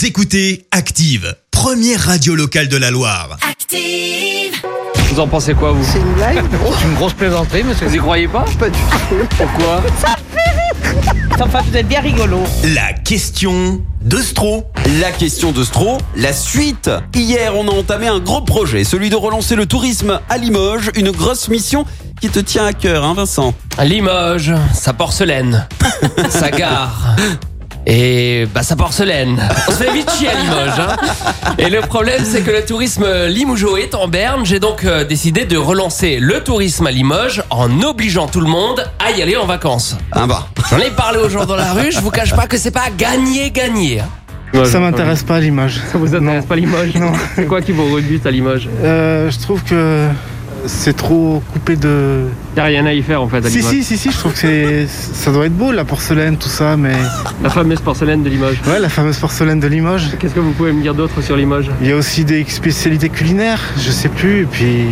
Vous écoutez Active, première radio locale de la Loire. Active. Vous en pensez quoi, vous? C'est une blague? C'est une grosse plaisanterie, monsieur. Vous y croyez pas? Pas du tout. Pourquoi? Enfin, vous êtes bien rigolo. La question de Stro. La question de Stro, la suite. Hier, on a entamé un gros projet, celui de relancer le tourisme à Limoges, une grosse mission qui te tient à cœur, hein Vincent? Limoges, sa porcelaine, sa gare. Et sa porcelaine. On se fait vite chier à Limoges, hein. Et le problème, c'est que le tourisme limougeois est en berne. J'ai donc décidé de relancer le tourisme à Limoges en obligeant tout le monde à y aller en vacances. Ah bah. J'en ai parlé aux gens dans la rue, je vous cache pas que c'est pas gagner. Ça m'intéresse pas Limoges. Ça vous intéresse pas Limoges? Non. C'est quoi qui vous rebute à Limoges? Je trouve que c'est trop coupé de... Y a rien à y faire en fait à Limoges. Si, je trouve que ça doit être beau, la porcelaine, tout ça, mais... La fameuse porcelaine de Limoges. Ouais, la fameuse porcelaine de Limoges. Qu'est-ce que vous pouvez me dire d'autre sur Limoges? Il y a aussi des spécialités culinaires, je sais plus, et puis...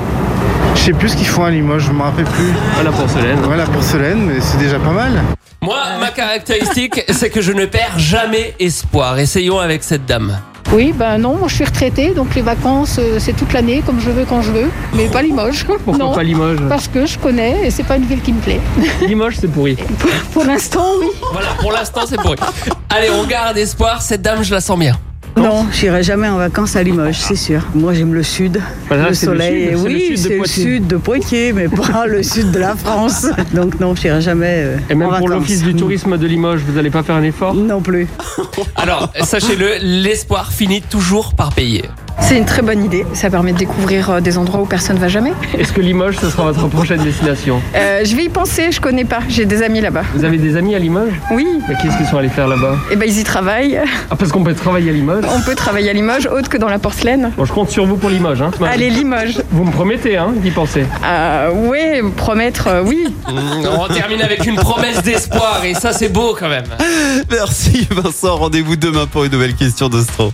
Je sais plus ce qu'ils font à Limoges, je me rappelle plus. Ah, la porcelaine. Ouais, la porcelaine, mais c'est déjà pas mal. Moi, ma caractéristique, c'est que je ne perds jamais espoir. Essayons avec cette dame. Oui, non, moi je suis retraitée, donc les vacances, c'est toute l'année, comme je veux, quand je veux, mais pas Limoges. Pourquoi non, pas Limoges? parce que je connais et c'est pas une ville qui me plaît. Limoges, c'est pourri. Pour l'instant, oui. Voilà, pour l'instant, c'est pourri. Allez, on garde espoir. Cette dame, je la sens bien. Non, j'irai jamais en vacances à Limoges, c'est sûr. Moi, j'aime le sud, Là, le c'est soleil. le sud, Oui, c'est le sud de Poitiers, mais pas le sud de la France. Donc non, j'irai jamais Et même en pour vacances. l'office du tourisme de Limoges, vous n'allez pas faire un effort? Non plus. Alors, sachez-le, l'espoir finit toujours par payer. C'est une très bonne idée, ça permet de découvrir des endroits où personne ne va jamais. Est-ce que Limoges, ce sera votre prochaine destination? Je vais y penser, je connais pas, j'ai des amis là-bas. Vous avez des amis à Limoges? Oui, Mais qu'est-ce qu'ils sont allés faire là-bas? et ils y travaillent. Ah, parce qu'on peut travailler à Limoges? On peut travailler à Limoges, autre que dans la porcelaine. Bon, je compte sur vous pour Limoges, hein. Allez, Limoges. Vous me promettez, hein, d'y penser. Ouais, promettre, oui. On termine avec une promesse d'espoir, et ça, c'est beau quand même. Merci Vincent, rendez-vous demain pour une nouvelle question de Stro.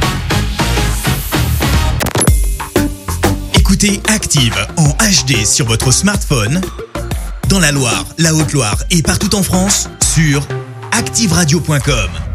Écoutez Active en HD sur votre smartphone, dans la Loire, la Haute-Loire et partout en France, sur activeradio.com.